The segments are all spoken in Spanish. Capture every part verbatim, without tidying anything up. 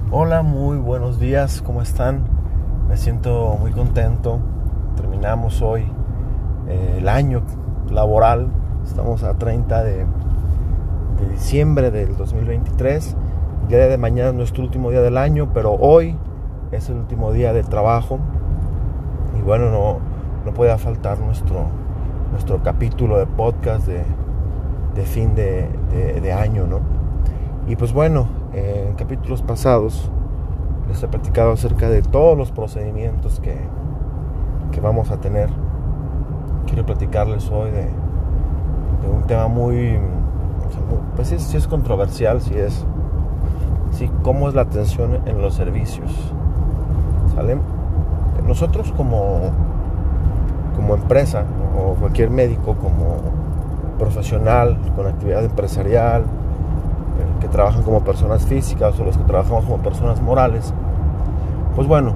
Hola, muy buenos días, ¿cómo están? Me siento muy contento. Terminamos hoy eh, el año laboral. Estamos a treinta de, de diciembre del dos mil veintitrés. El día de mañana es nuestro último día del año, pero hoy es el último día de trabajo. Y bueno, no, no podía faltar nuestro, nuestro capítulo de podcast de, de fin de, de, de año, ¿no? Y pues bueno, eh, en capítulos pasados les he platicado acerca de todos los procedimientos que, que vamos a tener. Quiero platicarles hoy de, de un tema muy, o sea, muy pues sí, sí es controversial, sí es, sí, cómo es la atención en los servicios, ¿sale? Nosotros como, como empresa, o cualquier médico, como profesional con actividad empresarial, que trabajan como personas físicas o los que trabajamos como personas morales, pues bueno,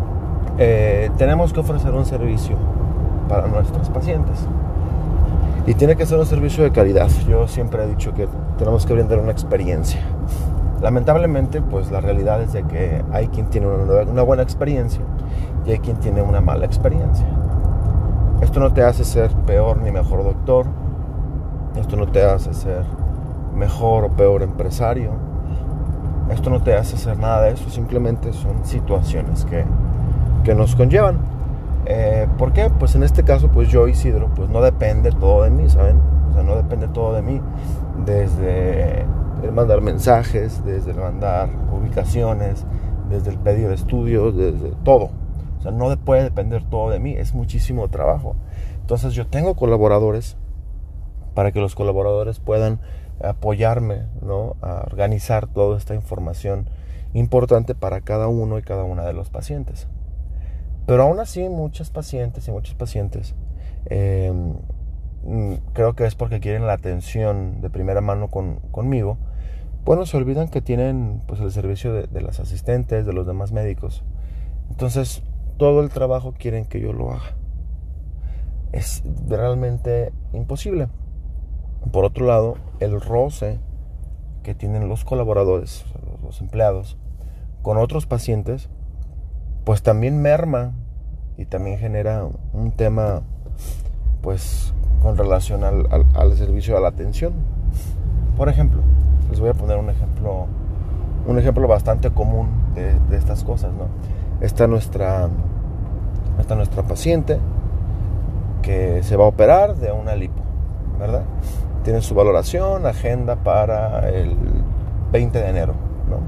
eh, tenemos que ofrecer un servicio para nuestros pacientes y tiene que ser un servicio de calidad. Yo siempre he dicho que tenemos que brindar una experiencia. Lamentablemente, pues la realidad es de que hay quien tiene una, una buena experiencia y hay quien tiene una mala experiencia. Esto no te hace ser peor ni mejor doctor, esto no te hace ser mejor o peor empresario, esto no te hace hacer nada de eso, simplemente son situaciones que, que nos conllevan. Eh, ¿Por qué? Pues en este caso, pues yo, Isidro, pues no depende todo de mí, ¿saben? O sea, no depende todo de mí, desde el mandar mensajes, desde el mandar ubicaciones, desde el pedido de estudios, desde todo. O sea, no puede depender todo de mí, es muchísimo trabajo. Entonces yo tengo colaboradores para que los colaboradores puedan apoyarme, ¿no?, a organizar toda esta información importante para cada uno y cada una de los pacientes. Pero aún así, muchos pacientes y muchos pacientes eh, creo que es porque quieren la atención de primera mano con, conmigo. Bueno, se olvidan que tienen pues el servicio de, de las asistentes, de los demás médicos. Entonces, todo el trabajo quieren que yo lo haga. Es realmente imposible. Por otro lado, el roce que tienen los colaboradores, los empleados, con otros pacientes, pues también merma y también genera un tema, pues, con relación al, al, al servicio, a la atención. Por ejemplo, les voy a poner un ejemplo, un ejemplo bastante común de, de estas cosas, ¿no? Está nuestra, está nuestra paciente que se va a operar de una lipo, ¿verdad? Tiene su valoración, agenda para el veinte de enero, ¿no?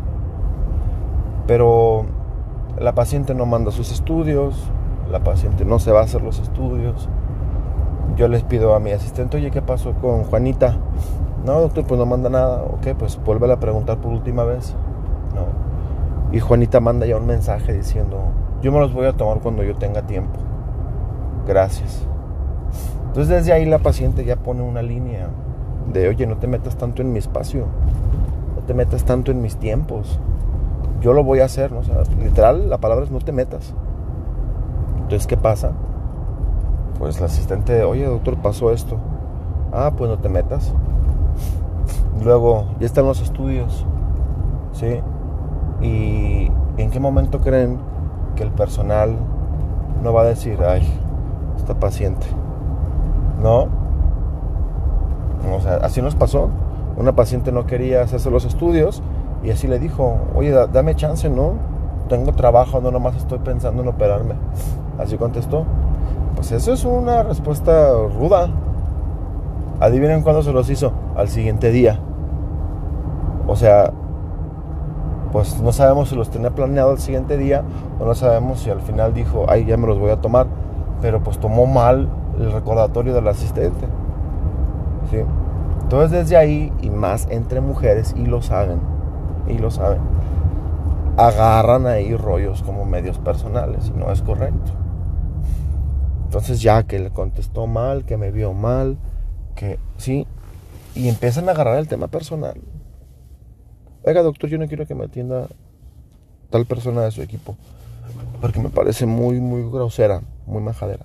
Pero la paciente no manda sus estudios, la paciente no se va a hacer los estudios. Yo les pido a mi asistente, oye, ¿qué pasó con Juanita? No, doctor, pues no manda nada. Ok, pues vuélvele a preguntar por última vez, ¿no? Y Juanita manda ya un mensaje diciendo, yo me los voy a tomar cuando yo tenga tiempo. Gracias. Entonces desde ahí la paciente ya pone una línea de, oye, no te metas tanto en mi espacio, no te metas tanto en mis tiempos, yo lo voy a hacer, ¿no? O sea, literal, la palabra es no te metas. Entonces, ¿qué pasa? Pues la asistente, oye, doctor, pasó esto. Ah, pues no te metas. Luego, ya están los estudios, ¿sí? ¿Y en qué momento creen que el personal no va a decir, ay, esta paciente? ¿No? O sea, así nos pasó. Una paciente no quería hacerse los estudios y así le dijo, oye, da, dame chance, ¿no? Tengo trabajo, no nomás estoy pensando en operarme. Así contestó. Pues eso es una respuesta ruda. Adivinen cuándo se los hizo. Al siguiente día. O sea, pues no sabemos si los tenía planeado al siguiente día o no sabemos si al final dijo, ay, ya me los voy a tomar. Pero pues tomó mal el recordatorio del asistente, ¿sí? Entonces desde ahí, y más entre mujeres, y lo saben, y lo saben, agarran ahí rollos como medios personales, y no es correcto. Entonces ya que le contestó mal, que me vio mal, que sí, y empiezan a agarrar el tema personal. Oiga, doctor, yo no quiero que me atienda tal persona de su equipo, porque me parece muy, muy grosera, muy majadera.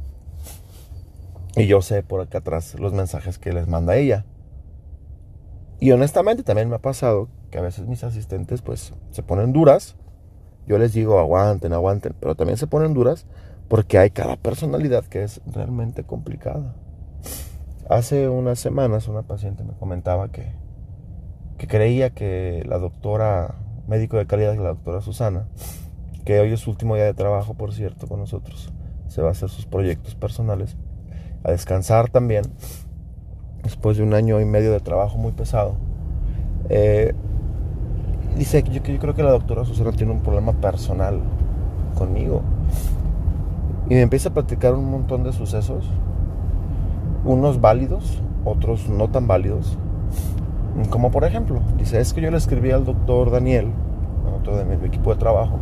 Y yo sé por acá atrás los mensajes que les manda ella. Y honestamente también me ha pasado que a veces mis asistentes pues se ponen duras. Yo les digo aguanten, aguanten, pero también se ponen duras porque hay cada personalidad que es realmente complicada. Hace unas semanas una paciente me comentaba que, que creía que la doctora, médico de calidad, la doctora Susana, que hoy es su último día de trabajo, por cierto, con nosotros, se va a hacer sus proyectos personales, a descansar también, después de un año y medio de trabajo muy pesado. Eh, dice que yo, que yo creo que la doctora Susana tiene un problema personal conmigo. Y me empieza a platicar un montón de sucesos, unos válidos, otros no tan válidos. Como por ejemplo, dice, es que yo le escribí al doctor Daniel, otro de mi equipo de trabajo,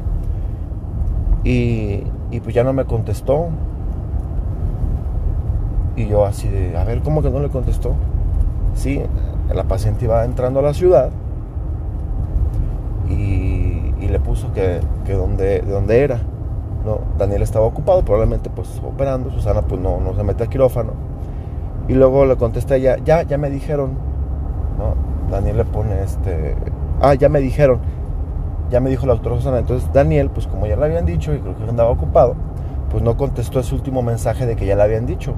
y, y pues ya no me contestó. Y yo así de, a ver, ¿cómo que no le contestó? Sí, la paciente iba entrando a la ciudad y, y le puso que, que donde, de dónde era. No, Daniel estaba ocupado, probablemente pues operando. Susana pues no, no se mete al quirófano. Y luego le contesta ella, ya, ya me dijeron, ¿no? Daniel le pone este, ah, ya me dijeron, ya me dijo la doctora Susana. Entonces Daniel, pues como ya le habían dicho y creo que andaba ocupado, pues no contestó ese último mensaje de que ya le habían dicho.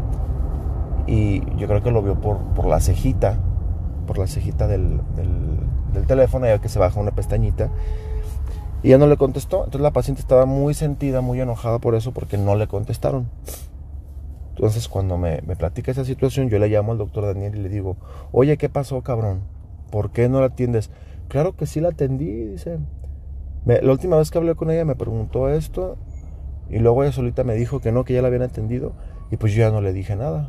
Y yo creo que lo vio por, por la cejita, por la cejita del, del, del teléfono, ya que se baja una pestañita. Y ya no le contestó. Entonces la paciente estaba muy sentida, muy enojada por eso, porque no le contestaron. Entonces cuando me, me platica esa situación, yo le llamo al doctor Daniel y le digo, oye, ¿qué pasó, cabrón? ¿Por qué no la atiendes? Claro que sí la atendí, dice. Me, la última vez que hablé con ella me preguntó esto, y luego ella solita me dijo que no, que ya la habían atendido, y pues yo ya no le dije nada.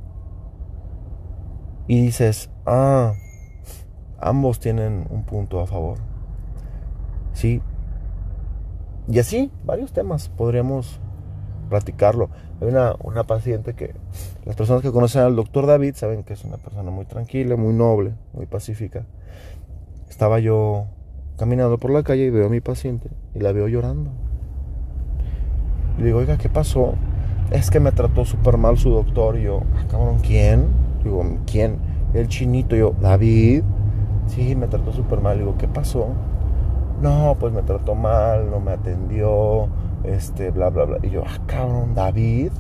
Y dices, ah, ambos tienen un punto a favor. Sí. Y así, varios temas podríamos platicarlo. Hay una, una paciente que, las personas que conocen al doctor David saben que es una persona muy tranquila, muy noble, muy pacífica. Estaba yo caminando por la calle y veo a mi paciente y la veo llorando. Y le digo, oiga, ¿qué pasó? Es que me trató súper mal su doctor. Y yo, ah, cabrón, ¿quién? Digo, ¿quién? El chinito. Yo, ¿David? Sí, me trató súper mal. Digo, ¿qué pasó? No, pues me trató mal, no me atendió, este, bla, bla, bla. Y yo, ah, cabrón, ¿David?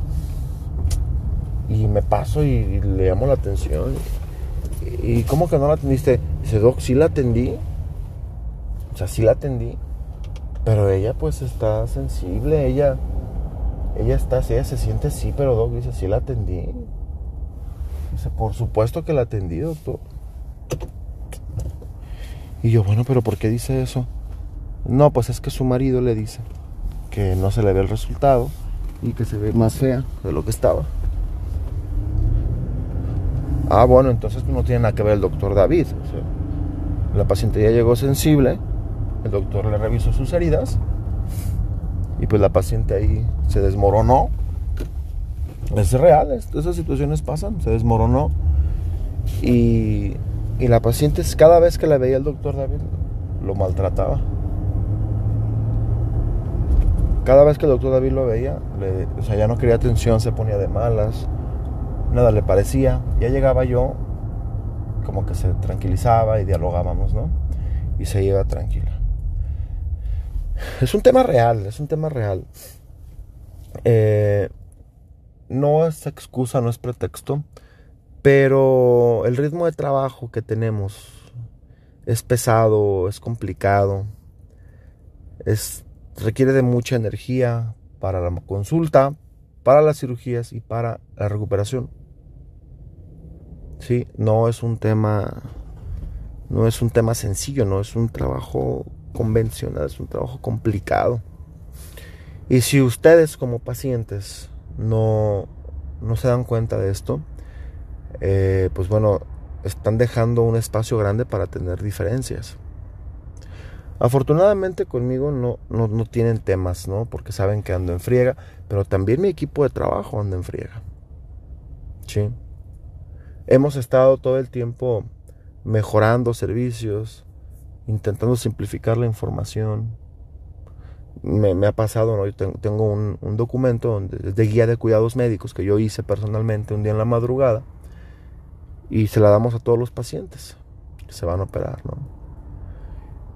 Y me paso y, y le llamo la atención. ¿Y, y cómo que no la atendiste? Dice, doc, sí la atendí. O sea, sí la atendí. Pero ella, pues, está sensible. Ella, ella está, sí, ella se siente así, pero doc, dice, sí la atendí. Dice, por supuesto que la atendí, doctor. Y yo, bueno, pero ¿por qué dice eso? No, pues es que su marido le dice que no se le ve el resultado y que se ve más fea de lo que estaba. Ah, bueno, entonces no tiene nada que ver el doctor David. O sea, la paciente ya llegó sensible, el doctor le revisó sus heridas y pues la paciente ahí se desmoronó. Es real, esas situaciones pasan, se desmoronó. Y, y la paciente, cada vez que la veía el doctor David, lo maltrataba. Cada vez que el doctor David lo veía, le, o sea, ya no quería atención, se ponía de malas, nada le parecía. Ya llegaba yo, como que se tranquilizaba y dialogábamos, ¿no? Y se iba tranquila. Es un tema real, es un tema real. Eh, no es excusa, no es pretexto, pero el ritmo de trabajo que tenemos es pesado, es complicado, es... requiere de mucha energía para la consulta, para las cirugías y para la recuperación. Sí, no es un tema, no es un tema sencillo, no es un trabajo convencional, es un trabajo complicado. Y si ustedes como pacientes no, no se dan cuenta de esto, eh, pues bueno, están dejando un espacio grande para tener diferencias. Afortunadamente conmigo no, no, no tienen temas, ¿no? Porque saben que ando en friega, pero también mi equipo de trabajo anda en friega. Sí. Hemos estado todo el tiempo mejorando servicios, intentando simplificar la información. Me, me ha pasado, ¿no? Yo tengo, tengo un, un documento donde, de guía de cuidados médicos que yo hice personalmente un día en la madrugada y se la damos a todos los pacientes que se van a operar, ¿no?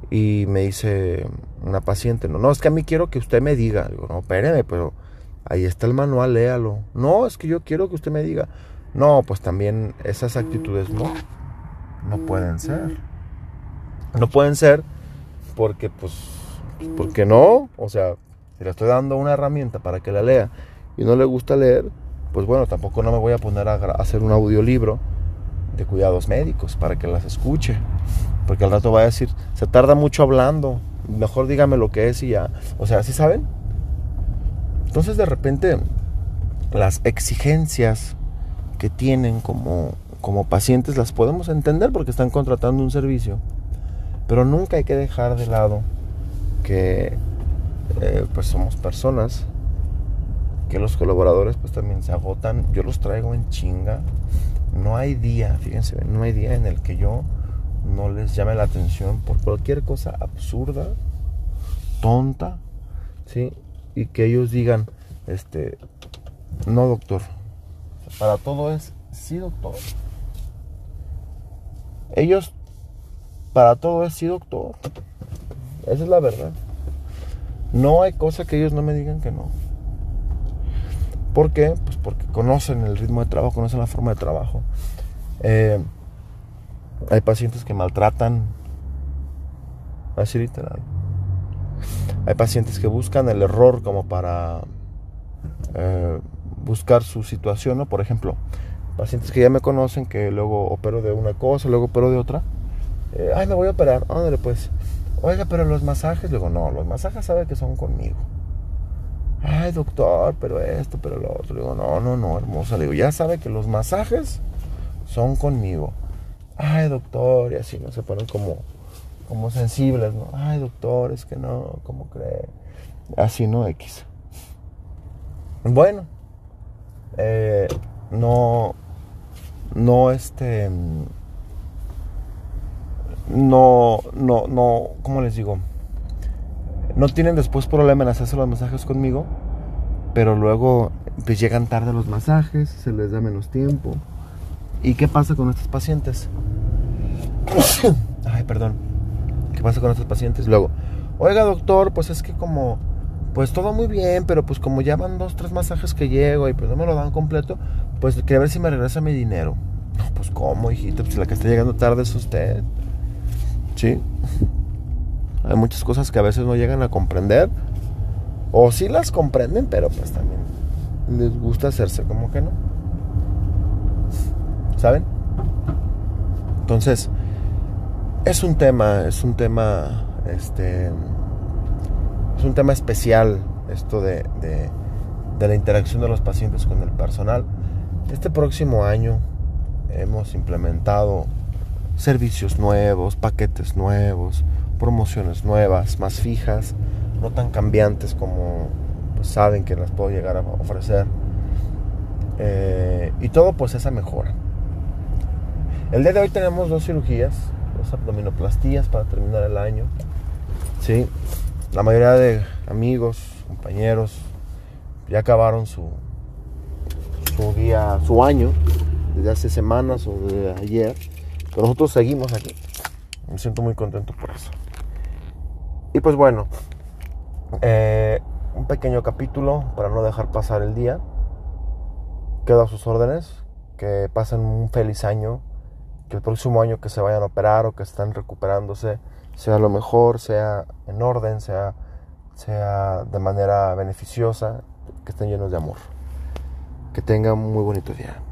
Y me dice una paciente, no, no, es que a mí quiero que usted me diga. Digo, no, espéreme, pero ahí está el manual, léalo. No, es que yo quiero que usted me diga. No, pues también esas actitudes no, no pueden ser. No pueden ser porque, pues, porque no. O sea, si le estoy dando una herramienta para que la lea y no le gusta leer, pues bueno, tampoco no me voy a poner a hacer un audiolibro de cuidados médicos para que las escuche. Porque al rato va a decir, se tarda mucho hablando, mejor dígame lo que es y ya. O sea, ¿sí saben? Entonces de repente las exigencias que tienen como, como pacientes las podemos entender porque están contratando un servicio. Pero nunca hay que dejar de lado que eh, pues somos personas, que los colaboradores pues también se agotan. Yo los traigo en chinga. No hay día, fíjense, no hay día en el que yo no les llame la atención por cualquier cosa absurda, tonta, ¿sí? Y que ellos digan, este, no doctor, para todo es, sí doctor. Ellos, para todo es, sí doctor. Esa es la verdad. No hay cosa que ellos no me digan que no. ¿Por qué? Pues porque conocen el ritmo de trabajo, conocen la forma de trabajo. Eh, hay pacientes que maltratan, así literal. Hay pacientes que buscan el error como para eh, buscar su situación, ¿no? Por ejemplo, pacientes que ya me conocen, que luego opero de una cosa, luego opero de otra. Eh, Ay, me voy a operar. Ándale, pues. Oiga, pero los masajes. Le digo, no, los masajes sabe que son conmigo. Ay, doctor, pero esto, pero lo otro. Le digo, no, no, no, hermosa. Le digo, ya sabe que los masajes son conmigo. Ay, doctor, y así, ¿no? Se ponen como, como sensibles, ¿no? Ay, doctor, es que no, ¿cómo cree? Así, ¿no? X. Bueno, eh, no, no, este, no, no, no, ¿cómo les digo? No tienen después problema en hacerse los masajes conmigo, pero luego pues llegan tarde los masajes, se les da menos tiempo. ¿Y qué pasa con estos pacientes? Ay, perdón. ¿Qué pasa con estos pacientes? Luego, oiga doctor, pues es que como, pues todo muy bien, pero pues como ya van dos, tres masajes que llego y pues no me lo dan completo, pues quería ver si me regresa mi dinero. No, pues cómo, hijito, pues la que está llegando tarde es usted. ¿Sí? Hay muchas cosas que a veces no llegan a comprender. O sí las comprenden, pero pues también les gusta hacerse como que no. ¿Saben? Entonces, es un tema, es un tema, este, es un tema especial esto de, de, de la interacción de los pacientes con el personal. Este próximo año hemos implementado servicios nuevos, paquetes nuevos, promociones nuevas, más fijas, no tan cambiantes como pues, saben que las puedo llegar a ofrecer. Eh, y todo pues esa mejora. El día de hoy tenemos dos cirugías, dos abdominoplastías para terminar el año. Sí, la mayoría de amigos, compañeros ya acabaron su su día, su año desde hace semanas o desde ayer, pero nosotros seguimos aquí. Me siento muy contento por eso. Y pues bueno, eh, un pequeño capítulo para no dejar pasar el día. Quedo a sus órdenes. Que pasen un feliz año. Que el próximo año que se vayan a operar o que están recuperándose sea lo mejor, sea en orden, sea, sea de manera beneficiosa, que estén llenos de amor. Que tengan un muy bonito día.